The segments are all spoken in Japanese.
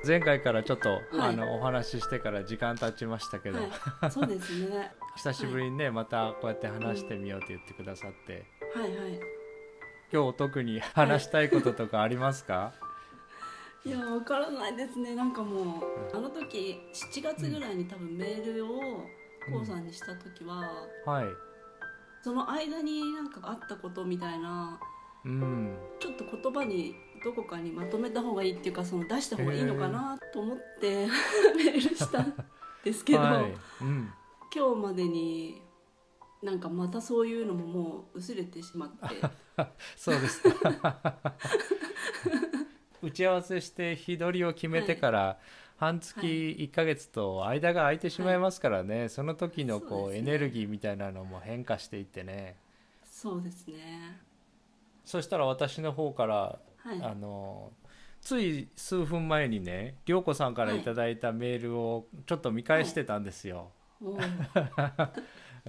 前回からちょっと、 はい、 お話ししてから時間経ちましたけど、 はい、そうですね。 久しはい、 ぶりにねまたこうやってうん、 話してみようって言ってくださって、 はいはい今日特にはい。 話したいこととかありますか？ いや、わからないですね。なんかもうあの時7月ぐうんらいに多分メールをこううんさんにした時は、 はいその間になんかあったことみたいな、 うんちょっと言葉にどこかにまとめた方がいいっていうか、その出したへ方がいいのかえなと思ってメールしたんですけど、 はいうん今日までになんかまたそういうのももう薄れてしまって。 そうですか。打ち合わせして日取りを決めはいてから半月はい 1ヶ月と間が空いてしはい。 まいますからね、その時のそうでこうエネルすね。 ギーみたいなのも変化していってね。 そうですね。 そしたら私の方からはいあのつい数分前にね涼子さんからいはいただいたメールをちょっと見返はい。 してたんですよ。 おお。 うん、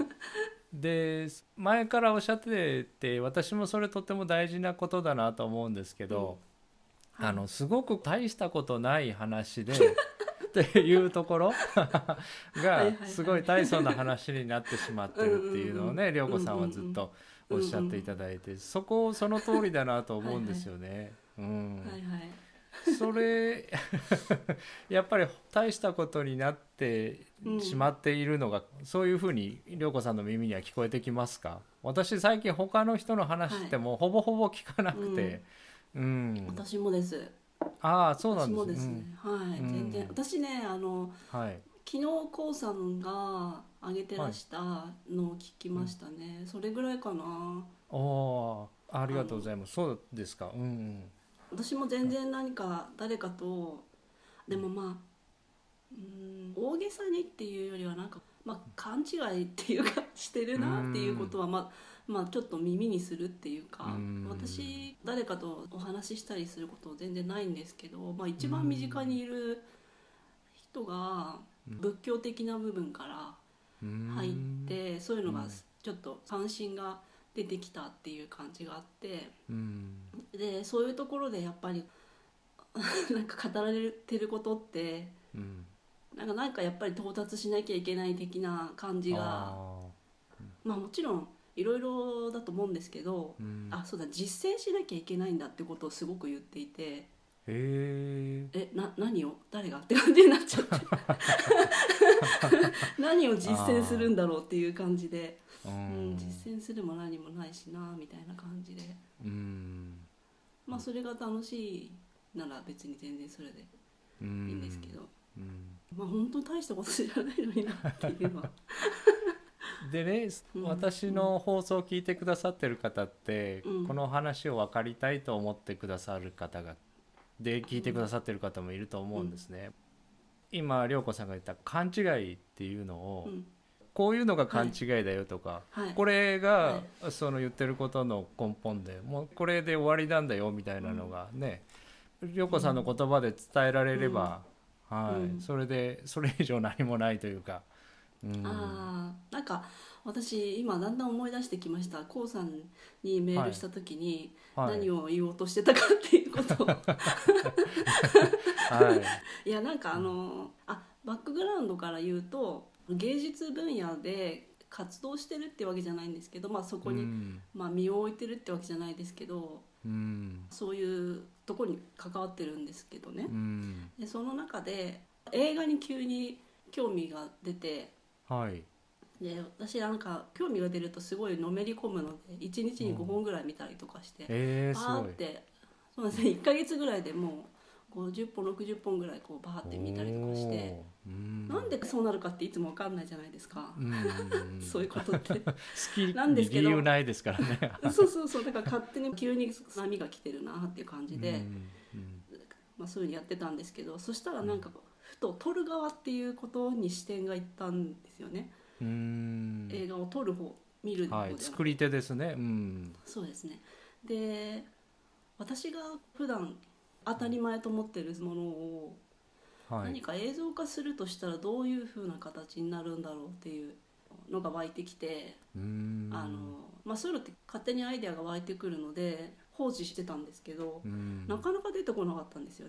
で前からおっしゃってて私もそれとっても大事なことだなと思うんですけうん。 ど、 はいすごく大したことない話でっていうところはいはいがすごい大層なはい。 話になってしまってうんうるっていうのをんね涼うんうん子さんはずっうんとうんうおっしゃっていん。 ただいて、そこその通りだなと思うんですはいはいよね。うん、 はいはい。 それやっぱり大したことになってうん。 しまっているのがそういうふうに涼子さんの耳には聞こえてきますか？私最近他の人の話ってはい。 もうほぼほぼ聞かなうん。 くて。うん、 私もです。 ああそうなんです。 私もですね。 うんはい。全然。 うん私ね、 はい昨日こうさんが上げてらはいしたのを聞きまうんしたね。それぐらいかな。 おーありがとうごあのざいます。そうですか。うん私も全然何か誰かと、でもまあ、大げさにっていうよりはなんか、まあ、勘違いっていうかしてるうんうなっていうこんとは、まあちょっと耳にするっていううか、 ん私誰かとお話ししたりすること全然ないんですけど、まあ、 う一番身近にんいる人がうん仏教的な部分からう入っんて、そういうのがうんちょっと関心が出てきたっていう感じがあって、 うんでそういうところでやっぱりなんか語られてることってうんなんかやっぱり到達しなきゃいけない的な感じが、 ああまあもちろんいろいろだと思うんですけど、 うんあ、そうだ、実践しなきゃいけないんだってことをすごく言っていて、 へえ何を誰がって感じになっちゃって何を実践するあんだろうっていう感じで、 あう実ん践するも何もないしなみたいな感じで、 うんまあそれが楽しいなら別に全然それでういいんですけんど、 うんまあ本当に大したことじゃないのになっていうのは。 でねうんうん私の放送を聞いてくださってる方ってうんこの話を分かりたいと思ってくださる方がで聞いてくださってる方もいると思うんうんですね。今涼子さんが言った勘違いっていうのをうんこういうのがはい勘違いだよとかはいこれはい。 がその言ってることの根本でもうこれで終わりなんだよみたいなのうんがね涼子さんのうん言葉で伝えられうんれば、はい、 うん。 それでそれ以上何もないというか、うん、 ああ、なんか私今だんだん思い出してきました。こうさんにメーはいルした時にはい何を言おうとしてたかっていうことをはいいやなんかバックグラウンドから言うと芸術分野で活動してるってわけじゃないんですけど、まあそうこに、 んまあ、身を置いてるってわけじゃないですけど、 うんそういうところに関わってるんですけどね。 うんでその中で映画に急に興味が出て、 はいで私なんか興味が出るとすごいのめり込むので1日に5 うん本ぐらい見たりとかして、バすごいーって、そうなんですね、1ヶ月ぐらいでもう50本60本ぐらいこうバーって見たりとかして、 おーうんなんでそうなるかっていつも分かんないじゃないですか。 うんうんそういうことって好きなんでにすけど、 理由ないですからね。 そうそうそう、だから勝手に急に波が来てるなっていう感うじで、 んうんまあ、そういうふうにやってたんですけど、そしたらうんなんかふと撮る側っていうことに視点がいったんですよね。 うん映画を撮る方、見るはい方じゃなくて。 作り手ですね。うんそうですね。で私が普段当たり前と思ってるものをはい何か映像化するとしたらどういう風な形になるんだろうっていうのが湧いてきて、 うんそういうのって勝手にアイデアが湧いてくるので放置してたんですけど、 うんなかなか出てこなかったんですよね。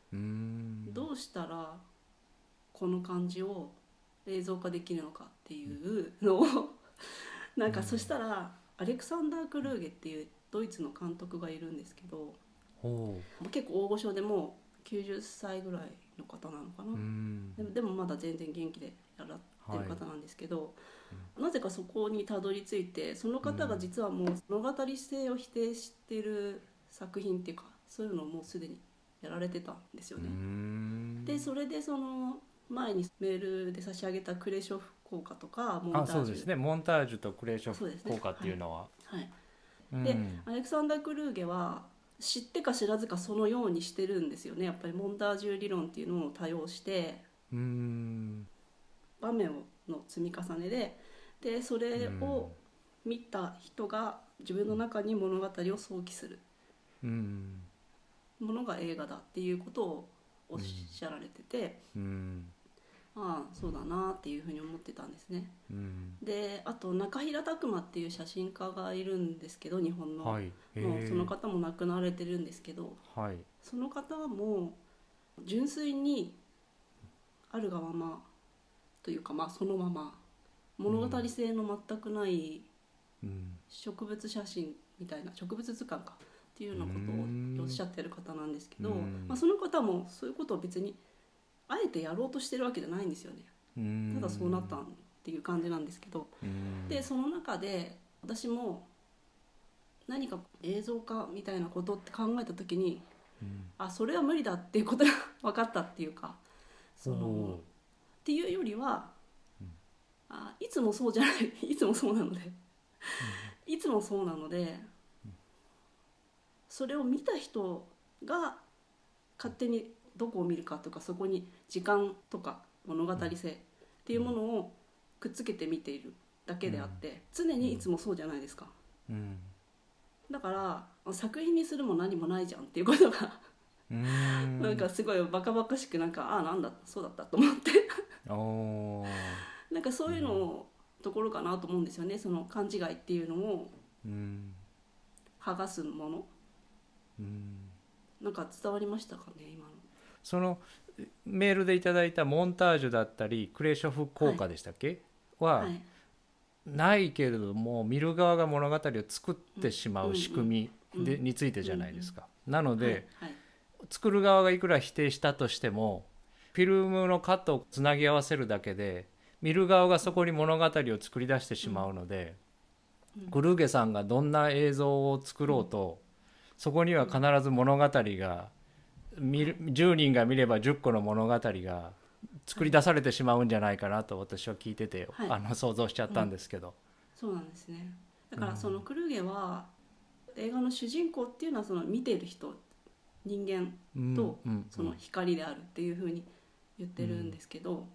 どうしたらこの感じを映像化できるのかっていうのをなんかそしたらアレクサンダー・クルーゲっていうドイツの監督がいるんですけど、結構大御所でもう90歳ぐらいの方なのかな、でもまだ全然元気でやらってる方なんですけど、なぜかそこにたどり着いて、その方が実はもう物語性を否定してる作品っていうか、そういうのをもうすでにやられてたんですよね。でそれでその前にメールで差し上げたクレショフ効果とかモンタージュ、 そうですね、モンタージュとクレショフ効果っていうのは、 でアレクサンダー・クルーゲは知ってか知らずかそのようにしてるんですよね。やっぱりモンタージュ理論っていうのを多用して場面の積み重ねでそれを見た人が自分の中に物語を想起するものが映画だっていうことをおっしゃられてて、ああそうだなっていうふうに思ってたんですね。であと中平拓磨っていう写真家がいるんですけど、日本の、もうその方も亡くなられてるんですけど、その方も純粋にあるがままというか、そのまま物語性の全くない植物写真みたいな、植物図鑑かっていうようなことをおっしゃってる方なんですけど、その方もそういうことを別にあえてやろうとしてるわけじゃないんですよね。ただそうなったっていう感じなんですけど、でその中で私も何か映像化みたいなことって考えた時に、それは無理だっていうことが分かったっていうか、っていうよりは、いつもそうじゃないいつもそうなのでいつもそうなので、それを見た人が勝手にどこを見るかとか、そこに時間とか物語性っていうものをくっつけて見ているだけであって、常にいつもそうじゃないですか。だから作品にするも何もないじゃんっていうことがなんかすごいバカバカしく、なんだそうだったと思ってなんかそういうのをところかなと思うんですよね。その勘違いっていうのを剥がすもの、なんか伝わりましたかね今の。 そのメールでいただいたモンタージュだったりクレショフ効果でしたっけ、はないけれども、見る側が物語を作ってしまう仕組みについてじゃないですか。なので、作る側がいくら否定したとしても、フィルムのカットをつなぎ合わせるだけで見る側がそこに物語を作り出してしまうので、クルーゲさんがどんな映像を作ろうと、そこには必ず物語が10人が見れば10個の物語が作り出されてしまうんじゃないかなと私は聞いてて、想像しちゃったんですけど、 そうなんですね。だからそのクルーゲは映画の主人公っていうのはその見ている人、人間とその光であるっていうふうに言ってるんですけど、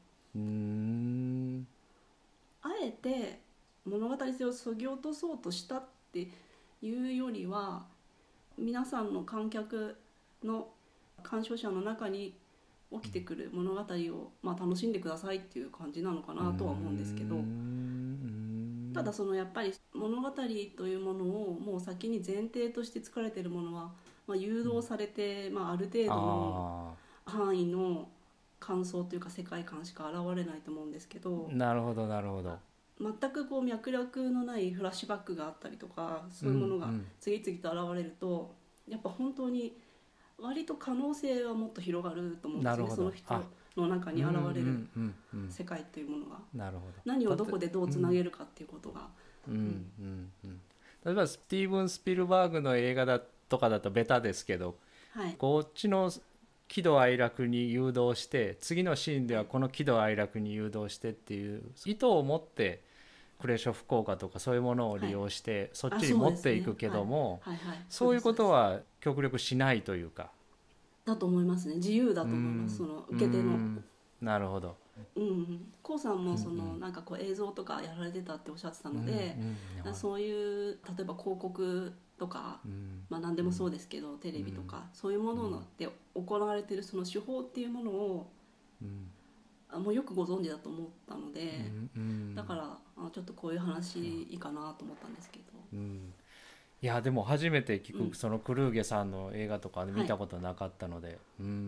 あえて物語性をそぎ落とそうとしたっていうよりは、皆さんの観客の鑑賞者の中に起きてくる物語を楽しんでくださいっていう感じなのかなとは思うんですけど、ただそのやっぱり物語というものをもう先に前提として作られているものは、誘導されて、ある程度の範囲の感想というか世界観しか現れないと思うんですけど、 なるほどなるほど。 全くこう脈絡のないフラッシュバックがあったりとか、そういうものが次々と現れると、やっぱ本当に割と可能性はもっと広がると思うんですね。その人の中に現れる世界というものが、何をどこでどうつなげるかっていうことが、 例えばスティーブン・スピルバーグの映画だとかだとベタですけど、こっちの喜怒哀楽に誘導して、次のシーンではこの喜怒哀楽に誘導してっていう意図を持ってクレショフ効果とかそういうものを利用して、そっちに持っていくけども、そういうことは極力しないというかだと思いますね。自由だと思います、その受け手の。 なるほど。 コウさんもそのなんかこう映像とかやられてたっておっしゃってたので、そういう例えば広告とか、何でもそうですけど、テレビとかそういうもので行われているその手法っていうものを、もうよくご存知だと思ったので、だからちょっとこういう話いいかなと思ったんですけど、 いやでも初めて聞く、そのクルーゲさんの映画とか見たことなかったので、はい、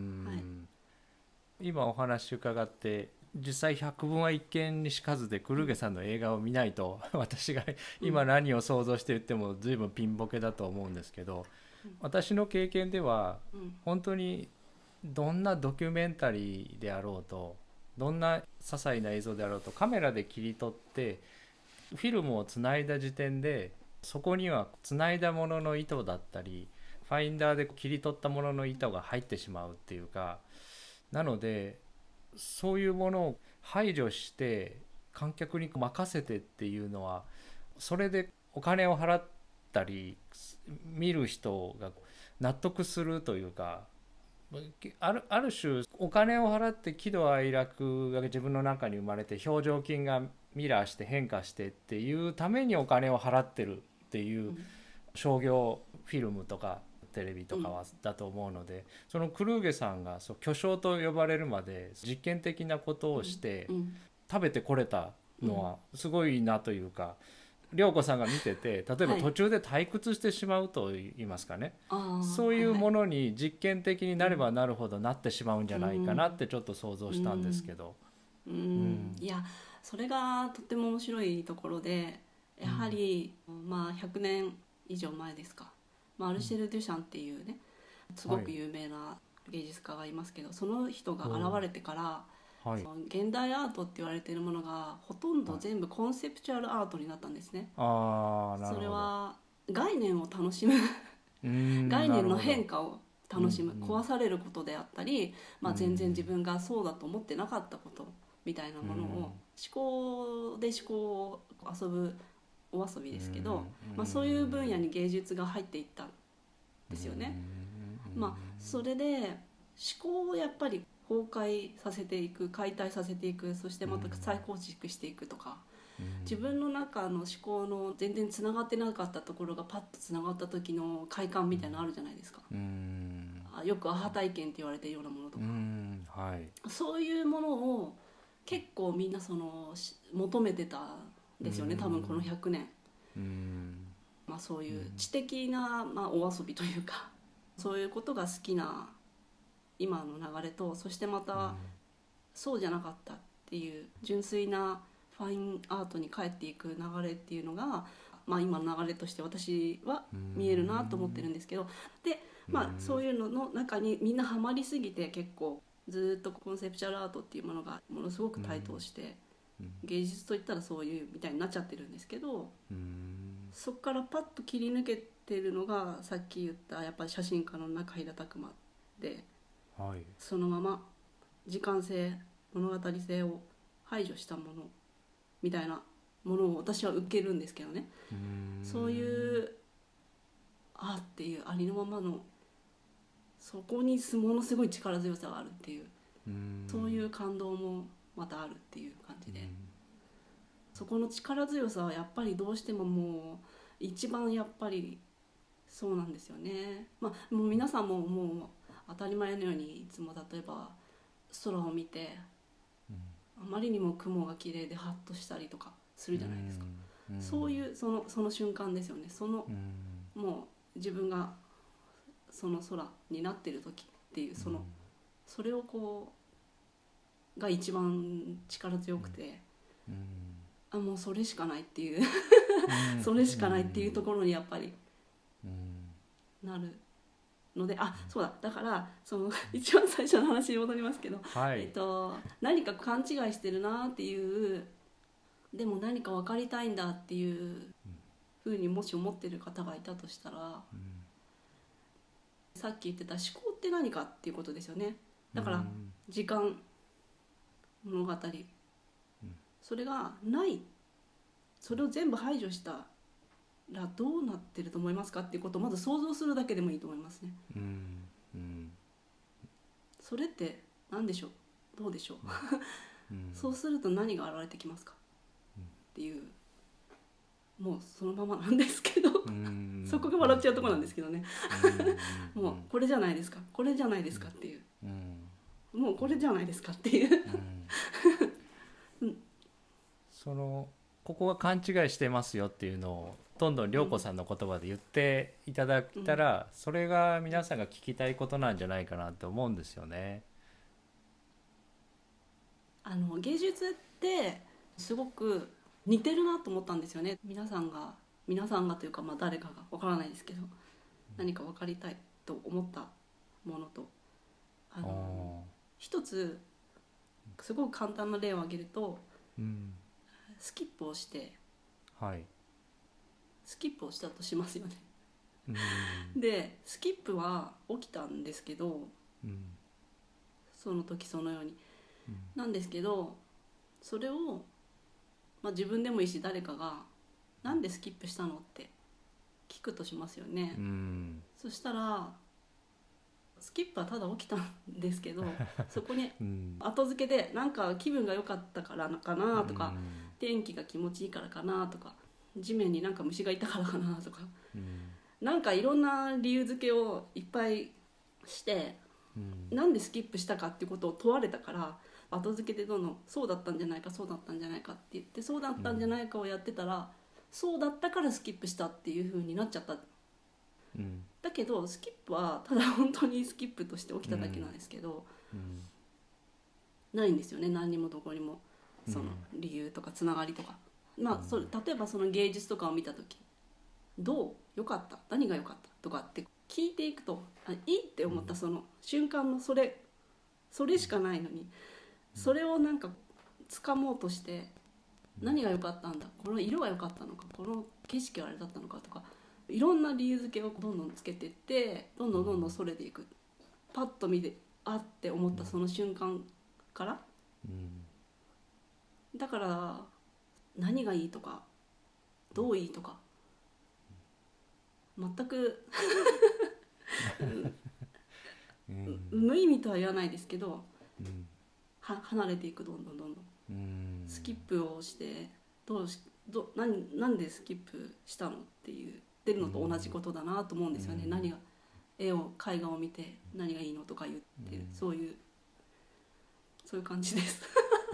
今お話伺って実際百聞は一見にしかずでクルーゲさんの映画を見ないと私が今何を想像して言っても随分ピンボケだと思うんですけど、私の経験では本当にどんなドキュメンタリーであろうとどんな些細な映像であろうとカメラで切り取ってフィルムをつないだ時点でそこにはつないだものの意図だったりファインダーで切り取ったものの意図が入ってしまうっていうか、なのでそういうものを排除して観客に任せてっていうのはそれでお金を払ったり見る人が納得するというか、ある種お金を払って喜怒哀楽が自分の中に生まれて表情筋がミラーして変化してっていうためにお金を払ってるっていう商業フィルムとかテレビとかはだと思うので、そのクルーゲさんが巨匠と呼ばれるまで実験的なことをして食べてこれたのはすごいなというか、涼子さんが見てて例えば途中で退屈してしまうと言いますかね、そういうものに実験的になればなるほどなってしまうんじゃないかなってちょっと想像したんですけど、 いやそれがとっても面白いところで、やはり、100年以上前ですか、アルシェル・デュシャンっていうねすごく有名な芸術家がいますけど、その人が現れてから、その現代アートって言われているものがほとんど全部コンセプチュアルアートになったんですね。それは概念を楽しむ概念の変化を楽しむ、壊されることであったり、全然自分がそうだと思ってなかったことみたいなものを思考を遊ぶお遊びですけど、そういう分野に芸術が入っていったんですよね。それで思考をやっぱり崩壊させていく、解体させていく、そしてまた再構築していくとか、自分の中の思考の全然つながってなかったところがパッとつながった時の快感みたいなのあるじゃないですか。よくアハ体験って言われているようなものとか、そういうものを結構みんな求めてたんですよね、多分この100年。そういう知的な、お遊びというかそういうことが好きな今の流れと、そしてまたそうじゃなかったっていう純粋なファインアートに帰っていく流れっていうのが、今の流れとして私は見えるなと思ってるんですけど、で、そういうのの中にみんなハマりすぎて結構ずっとコンセプチュアルアートっていうものがものすごく台頭して、芸術といったらそういうみたいになっちゃってるんですけど、そこからパッと切り抜けてるのがさっき言ったやっぱり写真家の中平拓磨で、そのまま時間性物語性を排除したものみたいなものを私は受けるんですけどね。そういうっていうありのままのそこにものすごい力強さがあるっていう、そういう感動もまたあるっていう感じで、そこの力強さはやっぱりどうしてももう一番やっぱりそうなんですよね。もう皆さんももう当たり前のようにいつも例えば空を見て、あまりにも雲が綺麗でハッとしたりとかするじゃないですか。そういうその瞬間ですよね。もう自分がその空になってる時っていうそれをが一番力強くて、もうそれしかないっていうそれしかないっていうところにやっぱりなるので、そうだから一番最初の話に戻りますけど、何か勘違いしてるなっていう、でも何か分かりたいんだっていうふうにもし思ってる方がいたとしたら、さっき言ってた思考って何かっていうことですよね。だから時間物語、それがない、それを全部排除したらどうなってると思いますかっていうことをまず想像するだけでもいいと思いますね。それって何でしょう、どうでしょうそうすると何が現れてきますかっていう、もうそのままなんですけどそこが笑っちゃうところなんですけどねもうこれじゃないですか、これじゃないですかっていう、もうこれじゃないですかっていうこここが勘違いしてますよっていうのをどんどん涼子さんの言葉で言っていただいたら、それが皆さんが聞きたいことなんじゃないかなって思うんですよね。 芸術ってすごく似てるなと思ったんですよね。皆さんがというか、誰かがわからないですけど、何か分かりたいと思ったものと一つすごく簡単な例を挙げると、スキップをして、スキップをしたとしますよね。でスキップは起きたんですけど、その時そのように、なんですけど、それを、自分でもいいし誰かがなんでスキップしたのって聞くとしますよね。そしたらスキップはただ起きたんですけどそこに後付けでなんか気分が良かったからかなとか、天気が気持ちいいからかなとか、地面になんか虫がいたからかなとか、なんかいろんな理由付けをいっぱいして、なんでスキップしたかっていうことを問われたから、後付けでどんどんそうだったんじゃないかそうだったんじゃないかって言って、そうだったんじゃないかをやってたら、そうだったからスキップしたっていう風になっちゃった。だけどスキップはただ本当にスキップとして起きただけなんですけど、ないんですよね、何にもどこにもその理由とかつながりとか。それ例えばその芸術とかを見た時、どう良かった、何が良かったとかって聞いていくと、いいって思ったその瞬間のそれしかないのに、それをなんか掴もうとして、何が良かったんだ、この色が良かったのか、この景色があれだったのかとか、いろんな理由付けをどんどんつけていって、どんどんそれでいく。パッと見てって思ったその瞬間から、だから何がいいとかどういいとか全く無意味とは言わないですけど、離れていく、どんどんスキップをしてなんでスキップしたのっていう出るのと同じことだなと思うんですよね。何が絵画を見て何がいいのとか言って、そういう感じです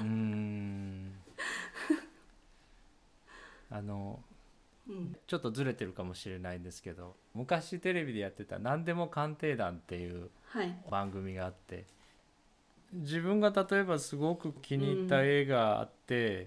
ちょっとずれてるかもしれないんですけど、昔テレビでやってた何でも鑑定団っていう番組があって、自分が例えばすごく気に入った絵があって、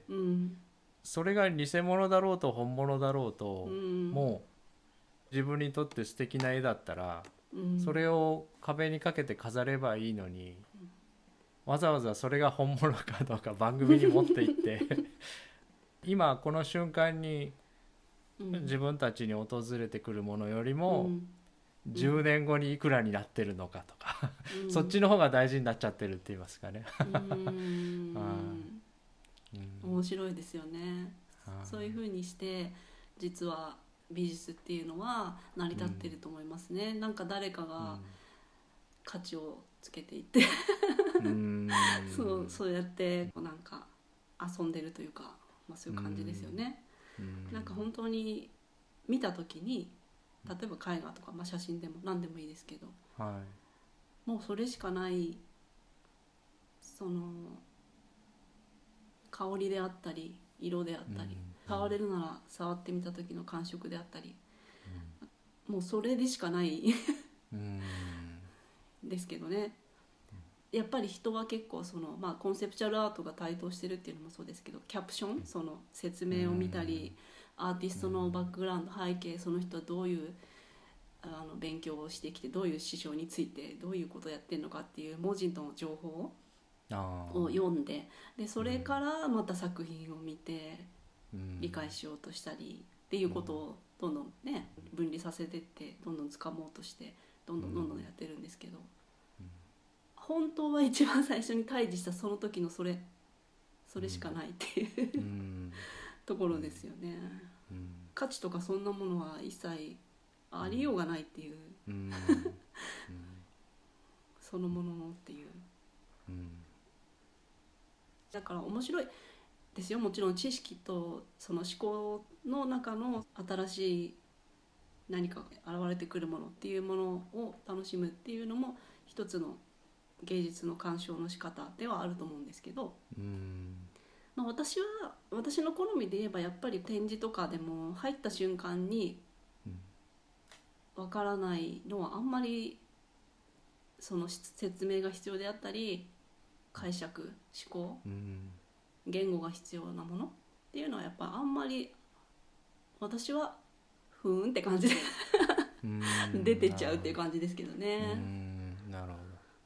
それが偽物だろうと本物だろうと、もう自分にとって素敵な絵だったら、それを壁にかけて飾ればいいのに、わざわざそれが本物かどうか番組に持っていって今この瞬間に自分たちに訪れてくるものよりも10年後にいくらになってるのかとかそっちの方が大事になっちゃってるって言いますかね面白いですよね。そういう風にして実は美術っていうのは成り立ってると思いますね。なんか誰かが価値をつけていってそうやってなんか遊んでるというか、そういう感じですよね。なんか本当に見た時に、例えば絵画とか、写真でも何でもいいですけど、もうそれしかない、その香りであったり色であったり、触れるなら触ってみた時の感触であったり、もうそれでしかないですけどね。やっぱり人は結構コンセプチュアルアートが台頭してるっていうのもそうですけど、キャプション、その説明を見たり、アーティストのバックグラウンド、背景、その人はどういう勉強をしてきて、どういう師匠についてどういうことをやってるのかっていう文字の情報を読んで、でそれからまた作品を見て理解しようとしたりっていうことをどんどんね分離させてって、どんどん掴もうとしてどんどんやってるんですけど、本当は一番最初に対峙したその時のそれしかないっていうところですよね。価値とかそんなものは一切ありようがないっていうそのもののっていう、だから面白いですよ。もちろん知識とその思考の中の新しい何かが現れてくるものっていうものを楽しむっていうのも一つの芸術の鑑賞の仕方ではあると思うんですけど、 まあ、私の好みで言えばやっぱり展示とかでも入った瞬間にわからないのはあんまりその説明が必要であったり解釈思考、言語が必要なものっていうのはやっぱあんまり私はふーんって感じで出てっちゃうっていう感じですけどね。 なるほ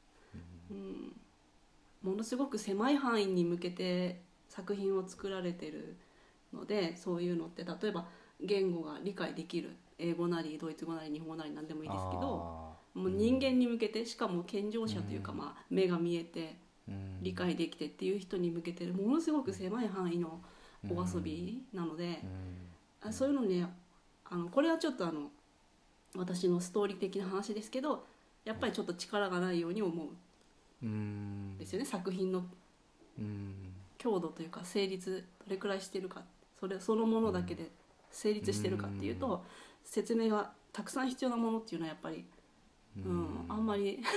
ど、ものすごく狭い範囲に向けて作品を作られてるので、そういうのって例えば言語が理解できる英語なりドイツ語なり日本語なり何でもいいですけど、もう人間に向けて、しかも健常者というか、まあ目が見えて理解できてっていう人に向けてものすごく狭い範囲のお遊びなので、そういうのね、これはちょっと私のストーリー的な話ですけど、やっぱりちょっと力がないように思うんですよね。作品の強度というか成立どれくらいしてるか、そのものだけで成立してるかっていうと、説明がたくさん必要なものっていうのはやっぱり、あんまり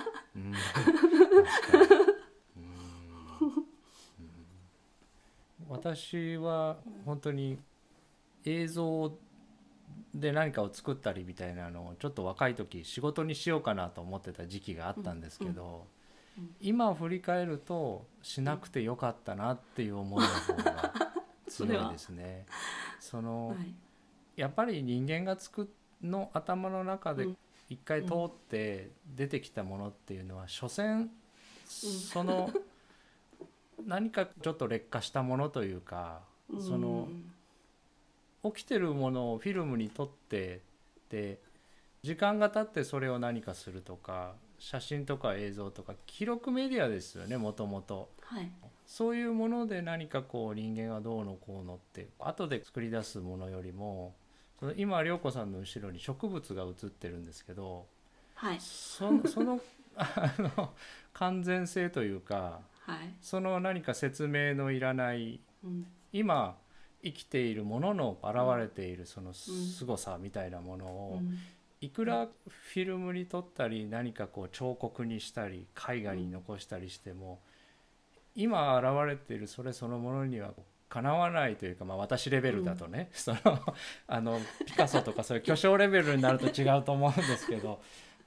私は本当に映像で何かを作ったりみたいなのをちょっと若い時仕事にしようかなと思ってた時期があったんですけど、今振り返るとしなくてよかったなっていう思いの方が強いですね。やっぱり人間がの頭の中で一回通って出てきたものっていうのは所詮その何かちょっと劣化したものというか、その起きてるものをフィルムに撮ってで時間が経ってそれを何かするとか、写真とか映像とか記録メディアですよね、もともと。そういうもので何かこう人間がどうのこうのって後で作り出すものよりも、今涼子さんの後ろに植物が映ってるんですけど、その完全性というか、その何か説明のいらない、今生きているものの現れているその凄さみたいなものを、いくらフィルムに撮ったり何かこう彫刻にしたり絵画に残したりしても、今現れているそれそのものにはかなわないというか、まあ、私レベルだとね、ピカソとかそういう巨匠レベルになると違うと思うんですけど、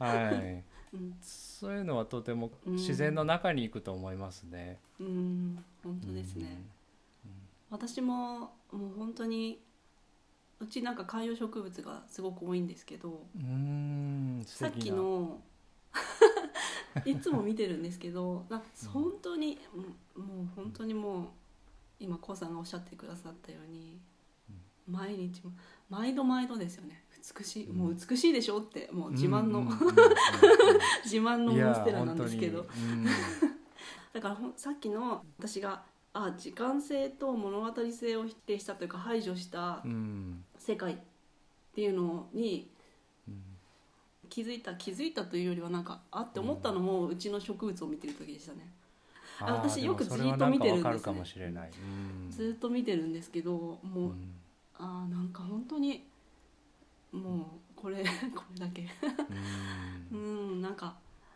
そういうのはとても自然の中に行くと思いますね。 本当ですね。私ももう本当にうちなんか観葉植物がすごく多いんですけど、さっきのいつも見てるんですけど、本当にもう本当にもう今コウさんがおっしゃってくださったように、毎日毎度ですよね。美しい、もう美しいでしょって、もう自慢の自慢のモンステラなんですけど、だからさっきの私が時間性と物語性を否定したというか排除した世界っていうのに気づいたというよりはなんかって思ったのもうちの植物を見てる時でしたね。私よくじっと見てるんですね。ずっと見てるんですけど、もうなんか本当にもうこれだけなんか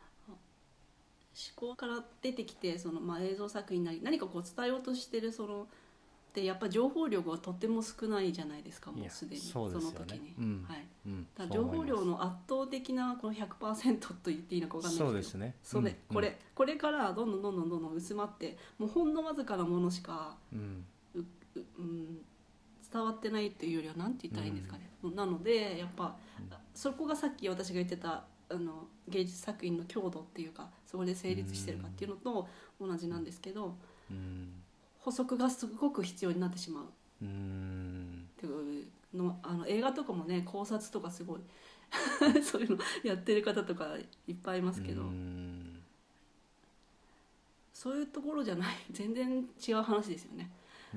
思考から出てきて映像作品なり何かこう伝えようとしてるでやっぱ情報量がとても少ないじゃないですか、もうすでにその時に、だ情報量の圧倒的なこの 100% と言っていいのか分かんないですけど、これからどんどん薄まって、もうほんのわずかなものしか、伝わってないっていうよりは何て言ったらいいんですかね、なのでやっぱそこがさっき私が言ってた芸術作品の強度っていうか、そこで成立してるかっていうのと同じなんですけど、補足がすごく必要になってしまうっていうの、映画とかもね、考察とかすごいそういうのやってる方とかいっぱいいますけど、そういうところじゃない、全然違う話ですよね。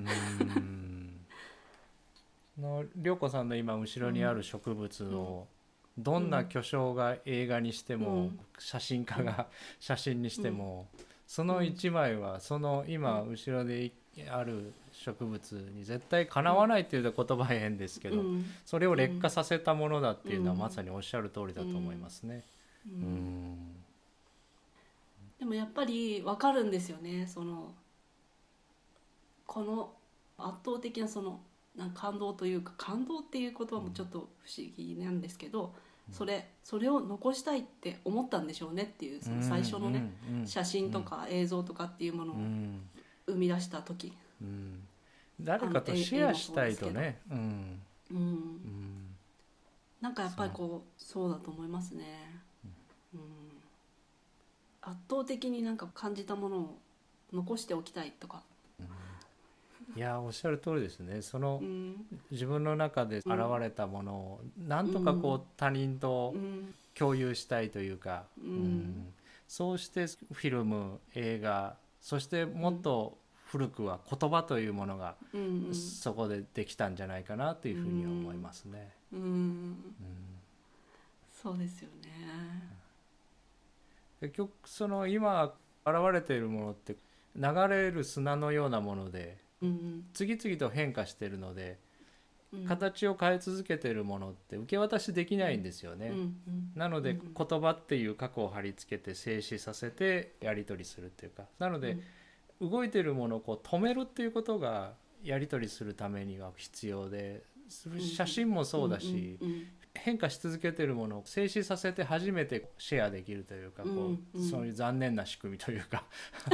涼子さんの今後ろにある植物をどんな巨匠が映画にしても、写真家が写真にしても、その一枚はその今後ろである植物に絶対かなわないっていうと言葉変ですけど、それを劣化させたものだっていうのはまさにおっしゃる通りだと思いますね。でもやっぱり分かるんですよね、 この圧倒的なそのなんか感動というか、感動っていう言葉もちょっと不思議なんですけど、それを残したいって思ったんでしょうねっていう、その最初のね、写真とか映像とかっていうものを生み出した時、 誰かとシェアしたいとね、 なんかやっぱりこうそうだと思いますね。圧倒的になんか感じたものを残しておきたいとか、 いやおっしゃる通りですね。その、自分の中で現れたものをなんとかこう他人と共有したいというか、そうしてフィルム、映画、そしてもっと古くは言葉というものがそこでできたんじゃないかなというふうに思いますね。 そうですよね。 結局その今現れているものって流れる砂のようなもので次々と変化しているので、形を変え続けているものって受け渡しできないんですよね。なので言葉っていう核を貼り付けて静止させてやり取りするっていうか、なので動いているものをこう止めるっていうことがやり取りするためには必要で、写真もそうだし、変化し続けているものを静止させて初めてシェアできるというか、こうそういう残念な仕組みというか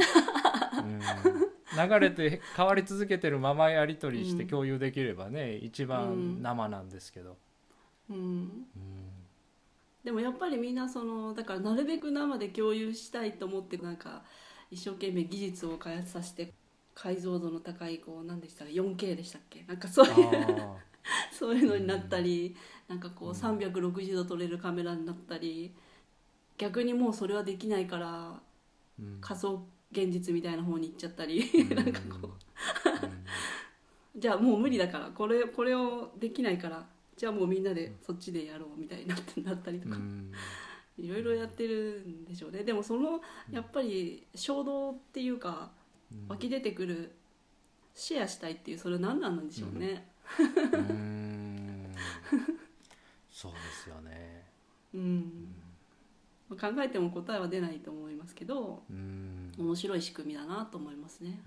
流れて変わり続けてるままやり取りして共有できればね、一番生なんですけど、 でもやっぱりみんなそのだからなるべく生で共有したいと思ってなんか一生懸命技術を開発させて解像度の高いこう何でしたっけ 4K でしたっけ、なんかそういうそういうのになったり、なんかこう360度撮れるカメラになったり、逆にもうそれはできないから仮想現実みたいな方に行っちゃったりなんかこうじゃあもう無理だからこれをできないからじゃあもうみんなでそっちでやろうみたいになったりとかいろいろやってるんでしょうね。でもそのやっぱり衝動っていうか湧き出てくるシェアしたいっていうそれは何なんでしょうね。 そうですよね。 考えても答えは出ないと思いますけど、面白い仕組みだなと思いますね。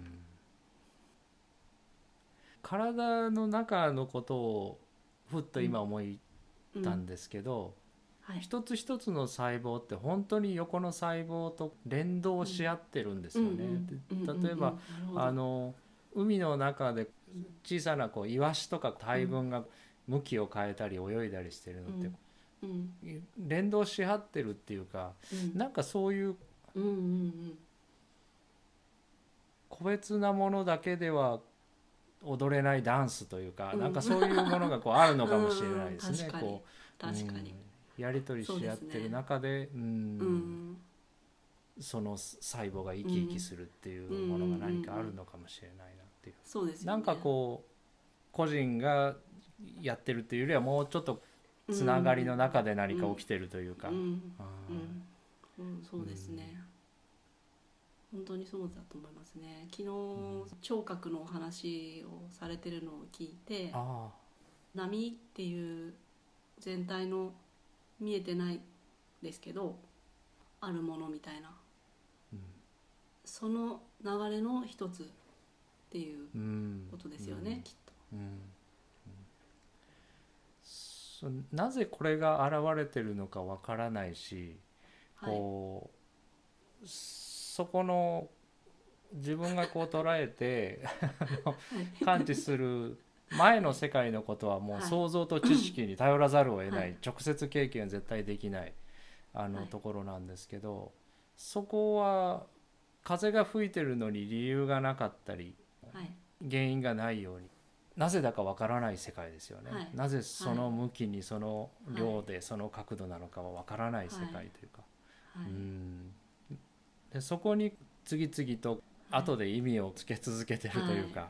体の中のことをふっと今思ったんですけど、一つ一つの細胞って本当に横の細胞と連動し合ってるんですよね。例えば海の中で小さなこうイワシとか大群が向きを変えたり泳いだりしてるのって、連動し合ってるっていうか、なんかそういう個別なものだけでは踊れないダンスというか、なんかそういうものがこうあるのかもしれないですね。こう確かにやり取りし合ってる中でその細胞が生き生きするっていうものが何かあるのかもしれないなっていう。 そうですよね。 なんかこう個人がやってるっていうよりはもうちょっとつながりの中で何か起きてるというか、 そうですね。本当にそうだと思いますね。昨日聴覚のお話をされてるのを聞いて、波っていう全体の見えてないですけどあるものみたいな、その流れの一つっていうことですよね、きっと。 なぜこれが現れてるのかわからないし、こうそこの自分がこう捉えて感知する前の世界のことはもう想像と知識に頼らざるを得ない、直接経験は絶対できないところなんですけど、そこは風が吹いてるのに理由がなかったり、原因がないようになぜだかわからない世界ですよね。なぜその向きにその量でその角度なのかはわからない世界というか、でそこに次々と後で意味をつけ続けてるというか、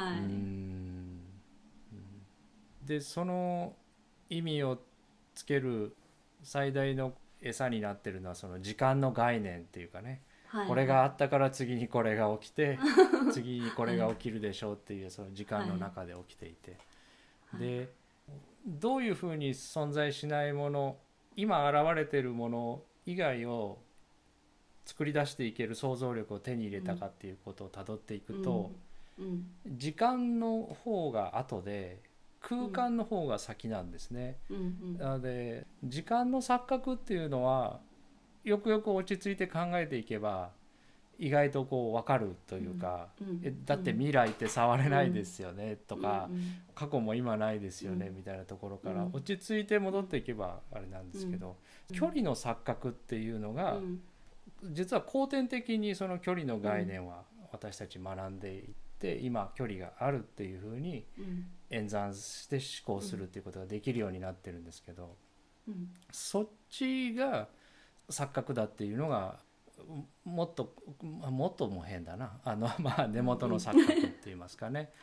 でその意味をつける最大の餌になってるのはその時間の概念っていうかね、これがあったから次にこれが起きて次にこれが起きるでしょうっていうその時間の中で起きていて、でどういうふうに存在しないもの、今現れているもの以外を作り出していける想像力を手に入れたかっていうことをたどっていくと、 時間の方が後で空間の方が先なんですね。なので時間の錯覚っていうのはよくよく落ち着いて考えていけば意外とこう分かるというか、だって未来って触れないですよねとか、過去も今ないですよねみたいなところから落ち着いて戻っていけばあれなんですけど、距離の錯覚っていうのが実は後天的にその距離の概念は私たち学んでいって今距離があるっていうふうに演算して思考するっていうことができるようになってるんですけど、そっちが錯覚だっていうのがもっとも変だな根元の錯覚って言いますかね。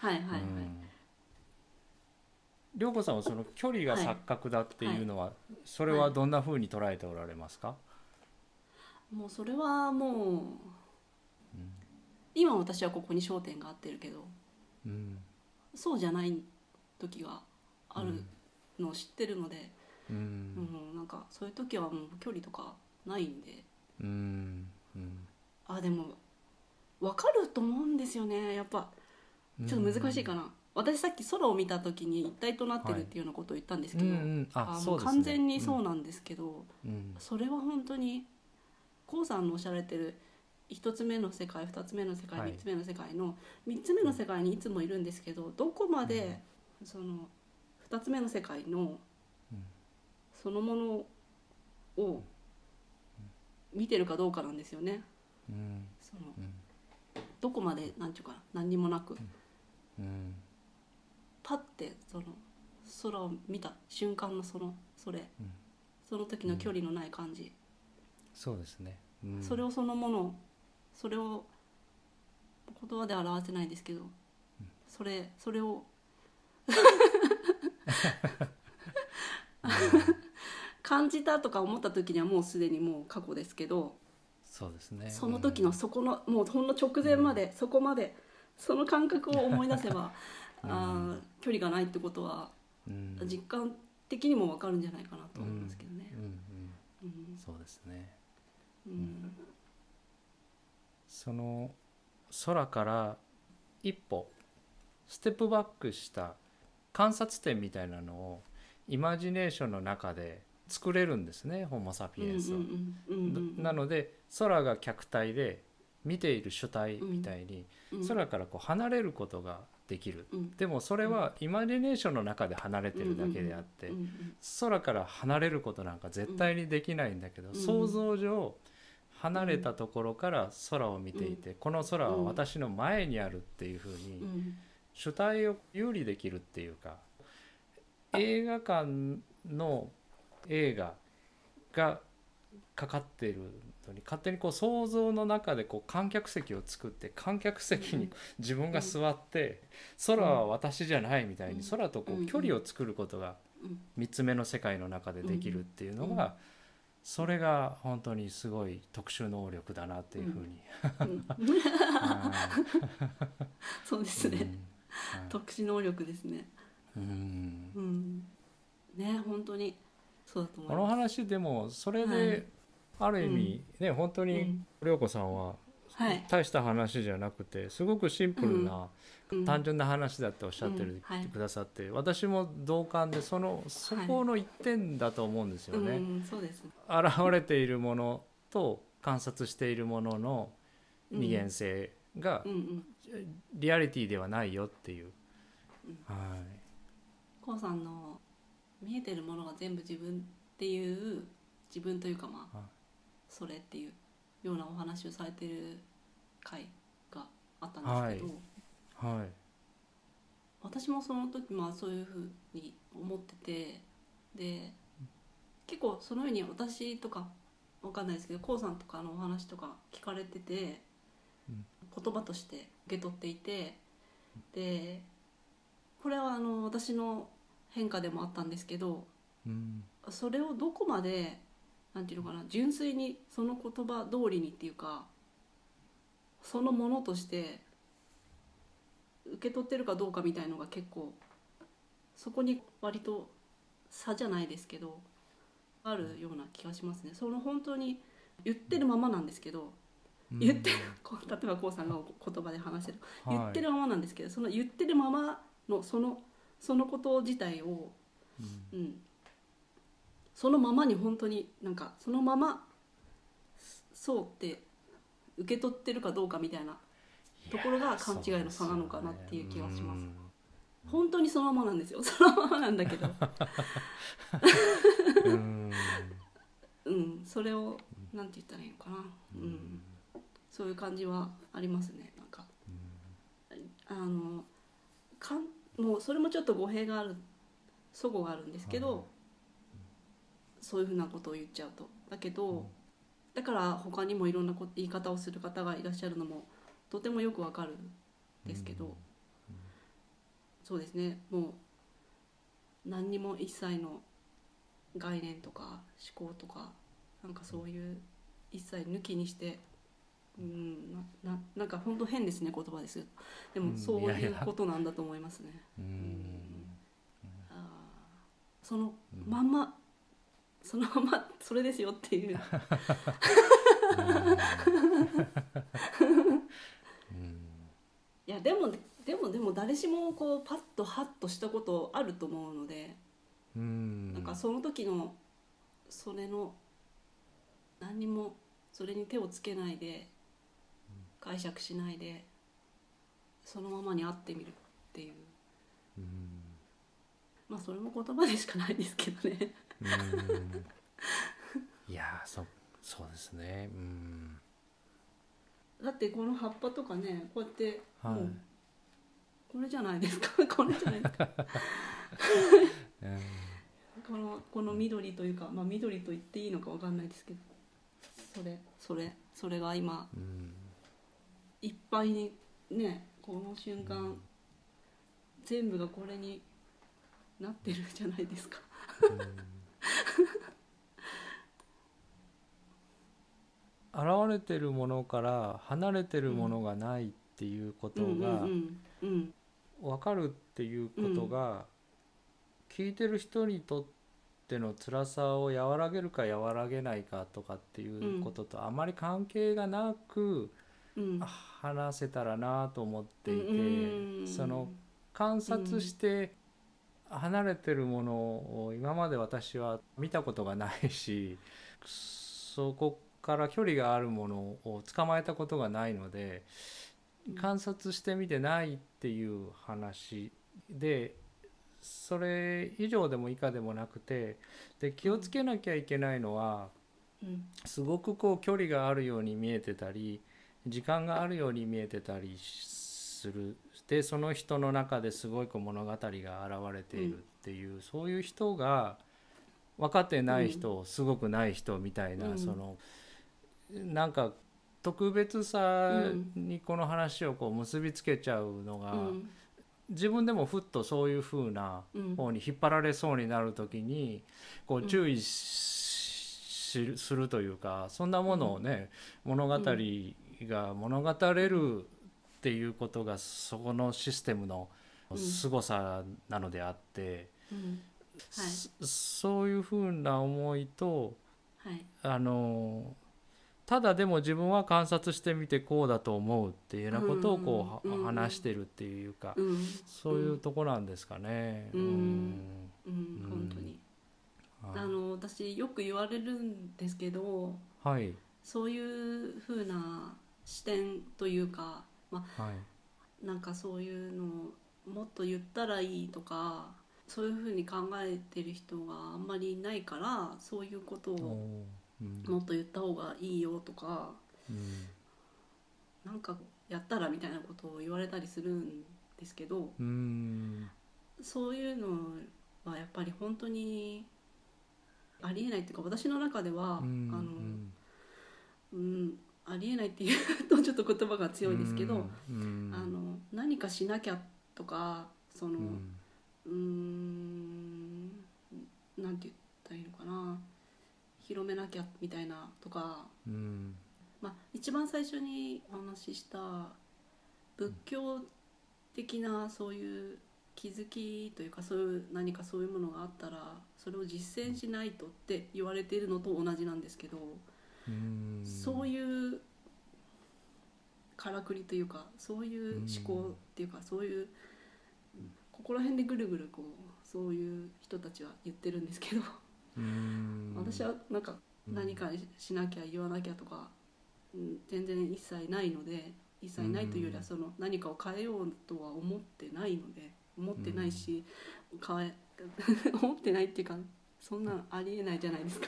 涼子さんはその距離が錯覚だっていうのは、それはどんなふうに捉えておられますか？ もうそれはもう、今私はここに焦点が合ってるけど、そうじゃない時があるのを知ってるので、なんかそういう時はもう距離とかないんで、でも分かると思うんですよね。やっぱちょっと難しいかな。私さっき空を見た時に一体となってるっていうようなことを言ったんですけど、もう完全にそうなんですけど、それは本当にコウさんのおっしゃられてる1つ目の世界2つ目の世界3つ目の世界の3つ目の世界にいつもいるんですけど、どこまでその2つ目の世界のそのものを見てるかどうかなんですよね。そのどこまでなんていうか何にもなく、パッてその空を見た瞬間のその時の距離のない感じ、 そうですね、 それをそのものそれを言葉で表せないですけど、それを感じたとか思った時にはもうすでにもう過去ですけど、 そうですね、 その時のそこのもうほんの直前まで、そこまでその感覚を思い出せば距離がないってことは、実感的にも分かるんじゃないかなと思いますけどね。 そうですね、その空から一歩ステップバックした観察点みたいなのをイマジネーションの中で作れるんですね、ホモ・サピエンスは。なので空が客体で見ている主体みたいに空からこう離れることができる。でもそれはイマジネーションの中で離れてるだけであって、空から離れることなんか絶対にできないんだけど、想像上離れたところから空を見ていて、この空は私の前にあるっていうふうに主体を有利できるっていうか、映画館の映画がかかっているのに勝手にこう想像の中でこう観客席を作って、観客席に自分が座って空は私じゃないみたいに空とこう距離を作ることが3つ目の世界の中でできるっていうのが、それが本当にすごい特殊能力だなっていうふうにそうですね、特殊能力ですね。ね、本当にそうだと思います。 この話でもそれである意味ね、本当に涼子さんは大した話じゃなくてすごくシンプルな単純な話だっておっしゃってくださって、私も同感でそこの一点だと思うんですよね。 そうです。 現れているものと観察しているものの二元性がリアリティではないよっていう。 コウさんの見えてるものが全部自分っていう自分というかそれっていうようなお話をされてる回があったんですけど、私もその時そういうふうに思ってて、で結構そのように私とかわかんないですけどコウさんとかのお話とか聞かれてて、言葉として受け取っていて、でこれは私の変化でもあったんですけど、それをどこまでなんていうのかな、純粋にその言葉通りにっていうかそのものとして受け取ってるかどうかみたいのが結構そこに割と差じゃないですけどあるような気がしますね。その本当に言ってるままなんですけど、 言ってる、例えばこうさんが言葉で話してる、言ってるままなんですけど、その言ってるままのそのこと自体を、そのままに本当になんかそのままそうって受け取ってるかどうかみたいなところが勘違いの差なのかなっていう気がします。本当にそのままなんですよ。そのままなんだけどそれをなんて言ったらいいのかな、そういう感じはありますね。なんか、もうそれもちょっと語弊がある、齟齬があるんですけど、そういうふうなことを言っちゃうと。だけど、だから他にもいろんな言い方をする方がいらっしゃるのもとてもよくわかるんですけど、そうですね、もう何にも一切の概念とか思考とかなんかそういう一切抜きにして、なんか本当変ですね、言葉ですよ。でもそういうことなんだと思いますね。そのまんま、そのままそれですよっていういやでも誰しもこうパッとハッとしたことあると思うので、なんかその時のそれの何にもそれに手をつけないで解釈しないでそのままに会ってみるっていう、まあそれも言葉でしかないですけどねいやそうですね。 だってこの葉っぱとかね、こうやって、もうこれじゃないですかこれじゃないですかこの緑というか、まあ、緑と言っていいのか分かんないですけど、それが今、いっぱいにね、この瞬間、全部がこれになってるじゃないですか現れてるものから離れてるものがないっていうことが分かるっていうことが、聞いてる人にとっての辛さを和らげるか和らげないかとかっていうこととあまり関係がなく話せたらなと思っていて、その観察して離れてるものを今まで私は見たことがないし、そこから距離があるものを捕まえたことがないので、観察してみてないっていう話で、それ以上でも以下でもなくて、で気をつけなきゃいけないのは、すごくこう距離があるように見えてたり時間があるように見えてたりする。でその人の中ですごいこう物語が現れているっていう、そういう人が分かってない人、すごくない人みたいな、そのなんか特別さにこの話をこう結びつけちゃうのが、自分でもふっとそういう風な方に引っ張られそうになる時にこう注意するというか、そんなものをね、物語が物語れるっていうことがそこのシステムの凄さなのであって、そういう風な思いと、ただでも自分は観察してみてこうだと思うっていうようなことをこう話してるっていうか、そういうとこなんですかね。 本当に私よく言われるんですけど、そういう風な視点というか、なんかそういうのをもっと言ったらいいとか、そういう風に考えてる人があんまりいないから、そういうことをもっと言った方がいいよとか、なんかやったらみたいなことを言われたりするんですけど、そういうのはやっぱり本当にありえないっていうか、私の中ではありえないっていうとちょっと言葉が強いですけど、何かしなきゃとか、そのなんて言ったらいいのかな、広めなきゃみたいなとか、一番最初にお話しした仏教的なそういう気づきというか、そういう何かそういうものがあったらそれを実践しないとって言われているのと同じなんですけど、そういうからくりというか、そういう思考っていうか、そういうここら辺でぐるぐるこうそういう人たちは言ってるんですけど私はなんか何かしなきゃ言わなきゃとか、全然一切ないので、一切ないというよりはその何かを変えようとは思ってないので、思ってないし思ってないっていうか、そんなありえないじゃないですか